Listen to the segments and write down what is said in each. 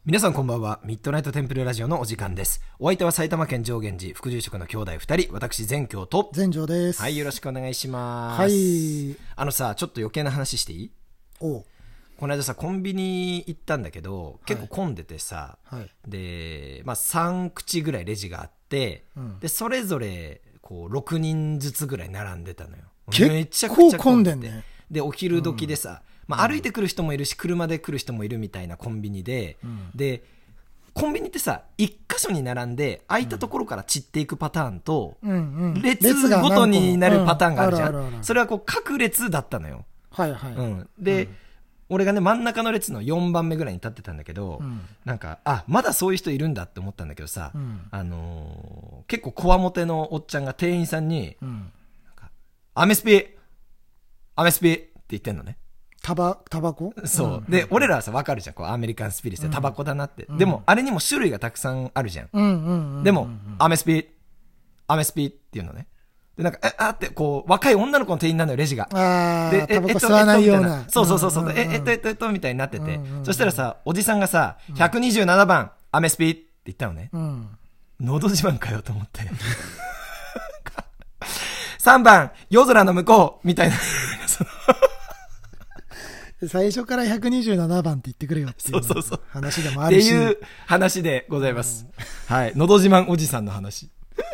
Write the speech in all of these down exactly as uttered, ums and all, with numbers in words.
皆さんこんばんは。ミッドナイトテンプルラジオのお時間です。お相手は埼玉県上元寺副住職の兄弟ふたり、私全教と全城です。 はい、よろしくお願いします。 はい。 あのさ、ちょっと余計な話していい？ おう。 この間さ、コンビニ行ったんだけど、結構混んでてさ、はい、で、まあさん口ぐらいレジがあって、うん、でそれぞれこうろくにんずつぐらい並んでたのよ。めちゃくちゃ混んでて、ね、でお昼時でさ、うんまあ、歩いてくる人もいるし車で来る人もいるみたいなコンビニで、うん、でコンビニってさ一箇所に並んで空いたところから散っていくパターンと、うんうん、列ごとになるパターンがあるじゃん、うん、あるあるあるそれはこう各列だったのよ。 はいはい、 うん、で、うん、俺がね真ん中の列のよんばんめぐらいに立ってたんだけど、うん、なんかあまだそういう人いるんだって思ったんだけどさ、うん、あのー、結構こわもてのおっちゃんが店員さんに、うん、なんかアメスピアメスピって言ってんのね。 タバ、タバコそう、うん。で、俺らはさ、わかるじゃん。こう、アメリカンスピリッツでタバコだなって、うん。でも、あれにも種類がたくさんあるじゃん。うんうんうんうん、でも、アメスピ、アメスピっていうのね。で、なんか、え、あって、こう、若い女の子の店員なのよ、レジが。 あで、タバコ吸わないような。 そうそうそうそう。うんうんうん、え、えっと、えっと、えっと、みたいになってて、うんうんうん。そしたらさ、おじさんがさ、ひゃくにじゅうななばん、アメスピって言ったのね。うん。のど自慢かよと思って。さんばん、夜空の向こうみたいな。 最初からひゃくにじゅうななばんって言ってくれよっていう話でもあるし。っていう話でございます。はい。のど自慢おじさんの話。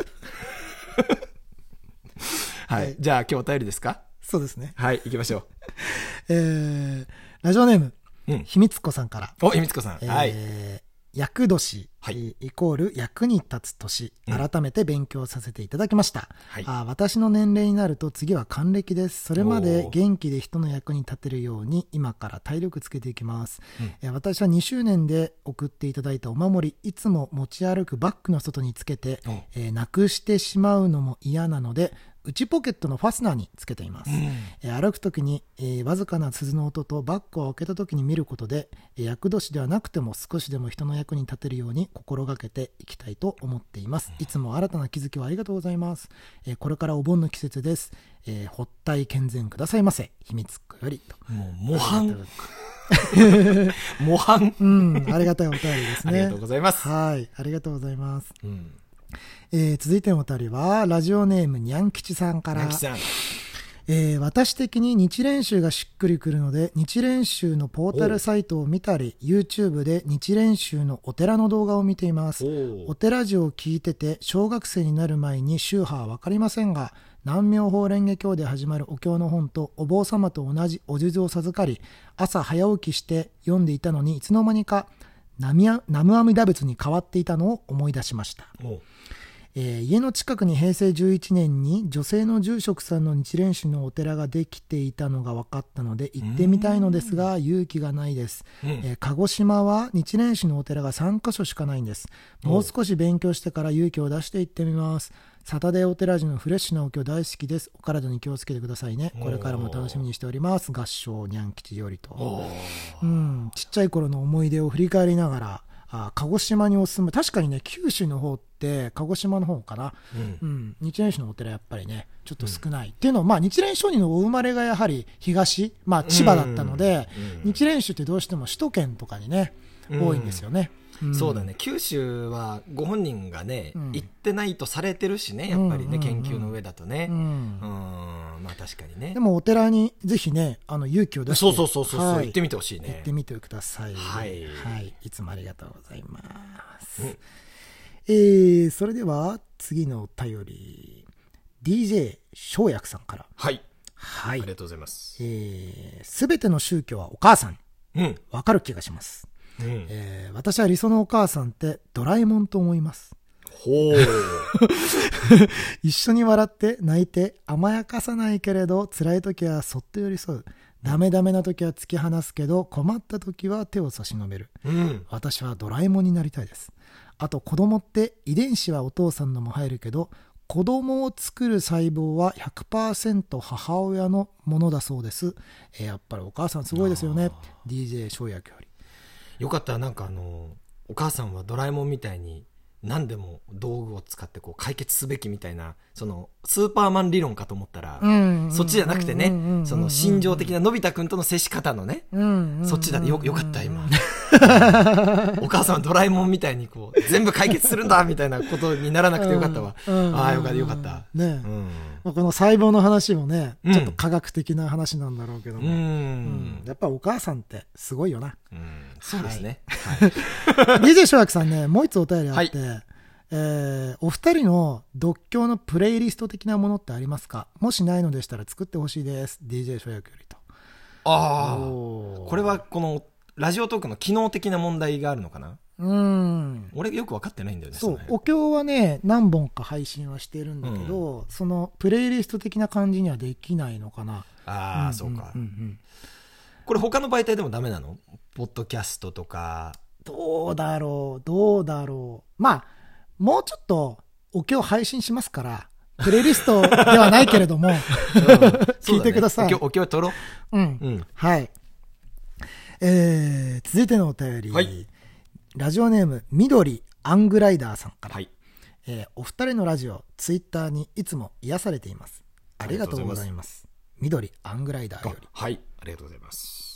はい、はい。じゃあ今日お便りですか？ そうですね。 はい、行きましょう。 えー、ラジオネーム、うん、ひみつこさんから。 お、ひみつこさん。 えー、 はい。 厄年、はい、イコール役に立つ年、改めて勉強させていただきました、うん、あ私の年齢になると次は還暦です。それまで元気で人の役に立てるように今から体力つけていきます、うん、私はにしゅうねんで送っていただいたお守り、いつも持ち歩くバッグの外につけて、うんえー、なくしてしまうのも嫌なので内ポケットのファスナーにつけています、うんえー、歩くときに、えー、わずかな鈴の音とバッグを開けたときに見ることで、えー、厄年ではなくても少しでも人の役に立てるように心がけていきたいと思っています。いつも新たな気づきをありがとうございます、えー、これからお盆の季節です、えー、発体健全くださいませ。秘密よりと。 もう模範模範うんありがたいお便りですね。 ありがとうございます。 はいありがとうございます、うんえー、続いてのお便りはラジオネームにゃんきちさんから。 にゃんきちさん、 えー、私的に日蓮宗がしっくりくるので日蓮宗のポータルサイトを見たり YouTube で日蓮宗のお寺の動画を見ています。 お, お寺寺を聞いてて小学生になる前に宗派は分かりませんが南妙法蓮華経で始まるお経の本とお坊様と同じお数珠を授かり朝早起きして読んでいたのにいつの間にか南無阿弥陀仏に変わっていたのを思い出しました。おえー、家の近くにへいせいじゅういちねんに女性の住職さんの日蓮宗のお寺ができていたのが分かったので行ってみたいのですが勇気がないです、うんえー、鹿児島は日蓮宗のお寺がさんかしょしかないんです。もう少し勉強してから勇気を出して行ってみます。サタデーお寺寺のフレッシュなお経大好きです。お体に気をつけてくださいね。これからも楽しみにしております。合唱にゃん吉よりと、うん、ちっちゃい頃の思い出を振り返りながらあ鹿児島にお住む確かにね九州の方って鹿児島の方かな、うんうん、日蓮宗のお寺やっぱりねちょっと少ない、うん、っていうのは、まあ、日蓮上人のお生まれがやはり東、まあ、千葉だったので、うん、日蓮宗ってどうしても首都圏とかにね、うん、多いんですよね、 うん、そうだね。九州はご本人がね、うん、行ってないとされてるしねやっぱりね、うんうんうん、研究の上だとね、うん、うんまあ確かにね。 でもお寺にぜひねあの勇気を出してそうそうそうそう、はい、行ってみてほしいね。 行ってみてください。 はい、 はい、いつもありがとうございます、うんえー、それでは次のお便り ディージェー 翔薬さんから。 はい、 はい、 ありがとうございます。 えー、全ての宗教はお母さん、うん、分かる気がします、うんえー、私は理想のお母さんってドラえもんと思います。 ほう一緒に笑って泣いて甘やかさないけれど辛い時はそっと寄り添う。ダメダメな時は突き放すけど困った時は手を差し伸べる、うん、私はドラえもんになりたいです。あと子供って遺伝子はお父さんのも入るけど子供を作る細胞は ひゃくパーセント 母親のものだそうです、えー、やっぱりお母さんすごいですよね。 ディージェー 翔薬より。 よかった。なんかあのお母さんはドラえもんみたいに何でも道具を使ってこう解決すべきみたいなそのスーパーマン理論かと思ったら、うんうんうん、そっちじゃなくてね、うんうんうんうん、その心情的なのび太くんとの接し方のね、うんうんうんうん、そっちだね。よ、よかった今お母さんはドラえもんみたいにこう、全部解決するんだみたいなことにならなくてよかったわ。うん、ああ、よかった、よかった。 ね、うん、まあ、この細胞の話もね、ちょっと科学的な話なんだろうけども。うんうん、やっぱお母さんってすごいよな。 うん、そうですね。 はい。ディージェー 小学さんね、もう一つお便りあって、はい、えー、お二人の読経のプレイリスト的なものってありますか？もしないのでしたら作ってほしいです。ディージェー 小学よりと。 ああ、これはこのラジオトークの機能的な問題があるのかな？うん。俺よく分かってないんだよね。 そう。お経はね、何本か配信はしてるんだけど、うん、そのプレイリスト的な感じにはできないのかな。 ああ、うん、そうか、うんうん。これ他の媒体でもダメなの？ポッドキャストとか。 どうだろう、どうだろう。まあ、もうちょっとお経配信しますから、プレイリストではないけれども、うん、聞いてください。 ね、お経、お経取ろう。 うん。うん。はい。えー、続いてのお便り。はい。ラジオネーム、緑アングライダーさんから。はい。えー、お二人のラジオ、ツイッターにいつも癒されています。ありがとうございます。緑アングライダーより。 はい。ありがとうございます。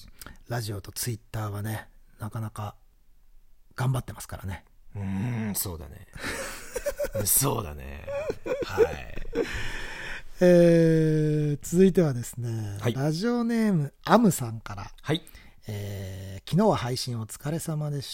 ラジオとツイッターはね、なかなか頑張ってますからね。 うーん、そうだね。そうだね。はい。 えー、続いてはですね、はい、ラジオネームアムさんから。 はい。 えー、昨日は配信お疲れ様でした。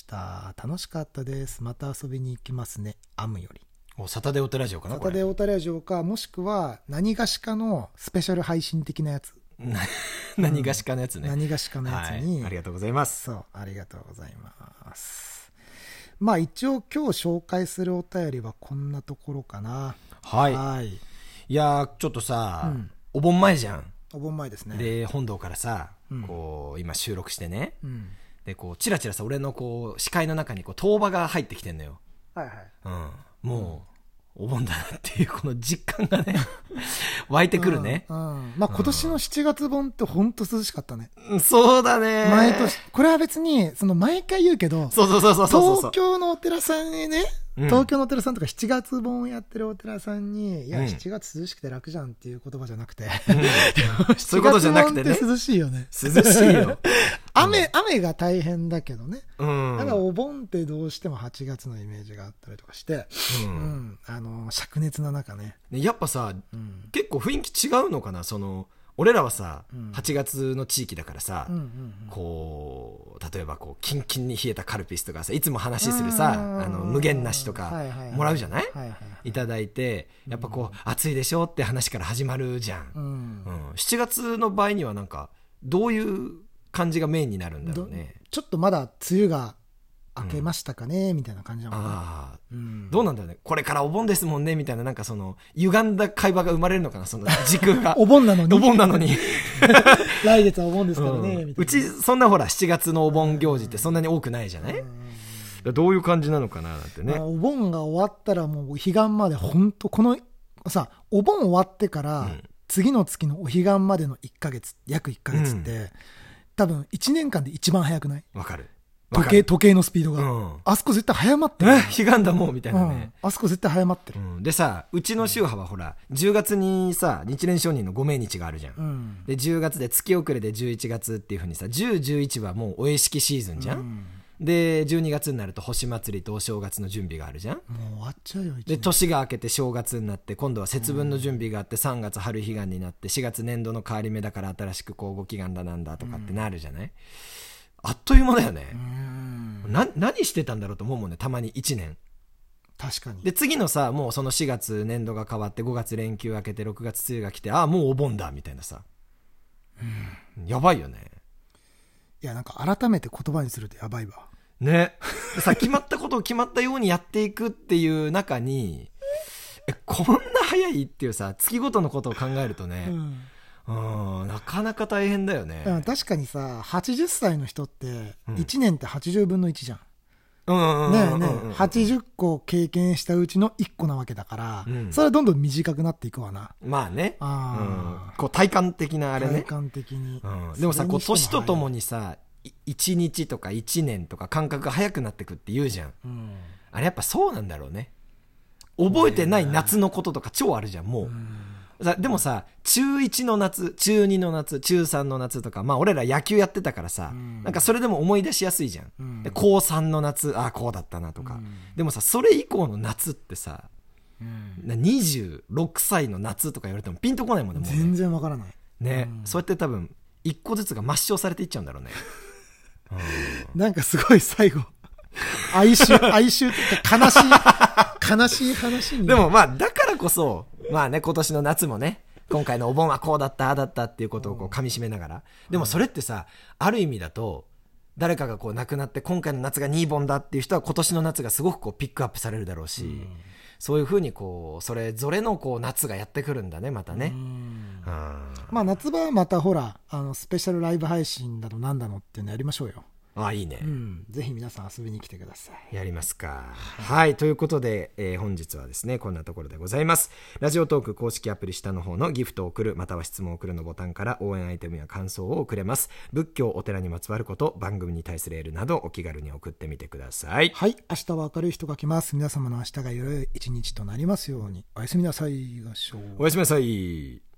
楽しかったです。また遊びに行きますね。アムより。 おサタデーオタラジオかな？ サタデーオタラジオか、もしくは何がしかのスペシャル配信的なやつ。 何がしかのやつね。 何がしかのやつに、 はい。ありがとうございます。 そう、ありがとうございます。まあ一応今日紹介するお便りはこんなところかな。 はい。はい、いやー、ちょっとさ、うん、お盆前じゃん。 お盆前ですね。 で、本堂からさ、うん、こう、今収録してね。うん、で、こう、チラチラさ、俺のこう、視界の中にこう、当場が入ってきてんのよ。 はいはい。 うん。もう、お盆だなっていうこの実感がね、湧いてくるね。 うんうん、まあ今年のしちがつ盆ってほんと涼しかったね。 うん、そうだね。 毎年。これは別に、その毎回言うけど、 そうそうそうそうそう東京のお寺さんにね、うん、東京のお寺さんとかしちがつ盆やってるお寺さんに、いや、うん、しちがつ涼しくて楽じゃんっていう言葉じゃなくて、 うん、そういうことじゃなくてね。 涼しいよね。 涼しいよ。 雨、雨が大変だけどね。 うん。 ただお盆ってどうしてもはちがつのイメージがあったりとかして、うん。うん、あの、灼熱な中ね。 やっぱさ、うん、結構雰囲気違うのかな、その、俺らはさ、うん、はちがつの地域だからさ、うんうんうん、こう、例えばこう、キンキンに冷えたカルピスとかさ、いつも話するさ、あの、無限梨とか、もらうじゃない、はいはいはい、いただいて、やっぱこう、うん、暑いでしょって話から始まるじゃん。うんうん、しちがつの場合にはなんか、どういう感じがメインになるんだろうね。 ちょっとまだ梅雨が明けましたかね、うん、みたいな感じなのかな。ああ、うん、どうなんだろうね。これからお盆ですもんねみたいな、なんかその歪んだ会話が生まれるのかな、その時空が。 お盆なのに。 お盆なのに。 来月はお盆ですからね、うん、みたいな。 うちそんなほらしちがつのお盆行事ってそんなに多くないじゃない。うん、どういう感じなのかななんてね。 まあ、お盆が終わったらもう彼岸まで本当このさ、お盆終わってから、うん、次の月のお彼岸までのいっかげつ、約いっかげつって、うん、多分いちねんかんで一番早くない？ わかる。 時計、時計のスピードが。うん、あそこ絶対早まってる。 え、彼岸だもんみたいなね、 うん。あそこ絶対早まってる。 うん、でさ、うちの宗派はほら、じゅうがつにさ、日蓮聖人のご命日があるじゃん。うん、で、じゅうがつで月遅れでじゅういちがつっていう風にさ、じゅう、じゅういちはもうお絵式シーズンじゃん。うん、で、じゅうにがつになると星祭りとお正月の準備があるじゃん。 もう終わっちゃうよ、 で、年が明けて正月になって、今度は節分の準備があって、さんがつ春彼岸になって、しがつ年度の変わり目だから新しく交互祈願だなんだとかってなるじゃない、うん、あっという間だよね。な何してたんだろうと思うもんね、たまにいちねん。 確かに。 で次のさ、もうそのしがつ年度が変わってごがつ連休明けてろくがつ梅雨が来て、ああもうお盆だみたいなさ、うん、やばいよね。 いやなんか改めて言葉にするとやばいわね。でさ、決まったことを決まったようにやっていくっていう中にえこんな早いっていうさ、月ごとのことを考えるとね、うん、うん、なかなか大変だよね。 確かにさ、はちじゅっさいの人っていちねんってはちじゅうぶんのいちじゃん。 うん、 ねえねえ、はちじゅっこ経験したうちのいっこなわけだから、うん、それはどんどん短くなっていくわな。 まあね。 あ、 うん、こう体感的なあれね。 体感的に。 うん、でもさ、こう年とともにさ、いちにちとかいちねんとか感覚が早くなってくって言うじゃん。うん、あれやっぱそうなんだろうね。覚えてない夏のこととか超あるじゃん、もう。うん、 でもさ、中いちの夏、中にの夏、中さんの夏とか、まあ俺ら野球やってたからさ、うん、なんかそれでも思い出しやすいじゃん。うん、で高さんの夏、ああこうだったなとか、うん、でもさ、それ以降の夏ってさ、うん、にじゅうろくさいの夏とか言われてもピンとこないもんね。もうね全然わからない。 ね、うん、そうやって多分一個ずつが抹消されていっちゃうんだろうね。 うん、なんかすごい最後哀愁哀愁ってか悲しい悲しい話に。 でもまあだからこそまあね、今年の夏もね、今回のお盆はこうだったああだったっていうことをこう噛み締めながら、でもそれってさ、ある意味だと誰かがこう亡くなって今回の夏がにぼんだっていう人は今年の夏がすごくこうピックアップされるだろうし、うん、そういう風にこうそれぞれのこう夏がやってくるんだね、またね。うん、 まあ夏場はまたほらあのスペシャルライブ配信だのなんだのっていうのやりましょうよ。 ああいいね、 うん、ぜひ皆さん遊びに来てください。 やりますか。はい、ということで、えー、本日はですねこんなところでございます。ラジオトーク公式アプリ下の方のギフトを送るまたは質問を送るのボタンから応援アイテムや感想を送れます。仏教お寺にまつわること、番組に対するエールなどお気軽に送ってみてください。 はい、明日は明るい人が来ます。皆様の明日が良い一日となりますように。おやすみなさい。 おやすみなさい。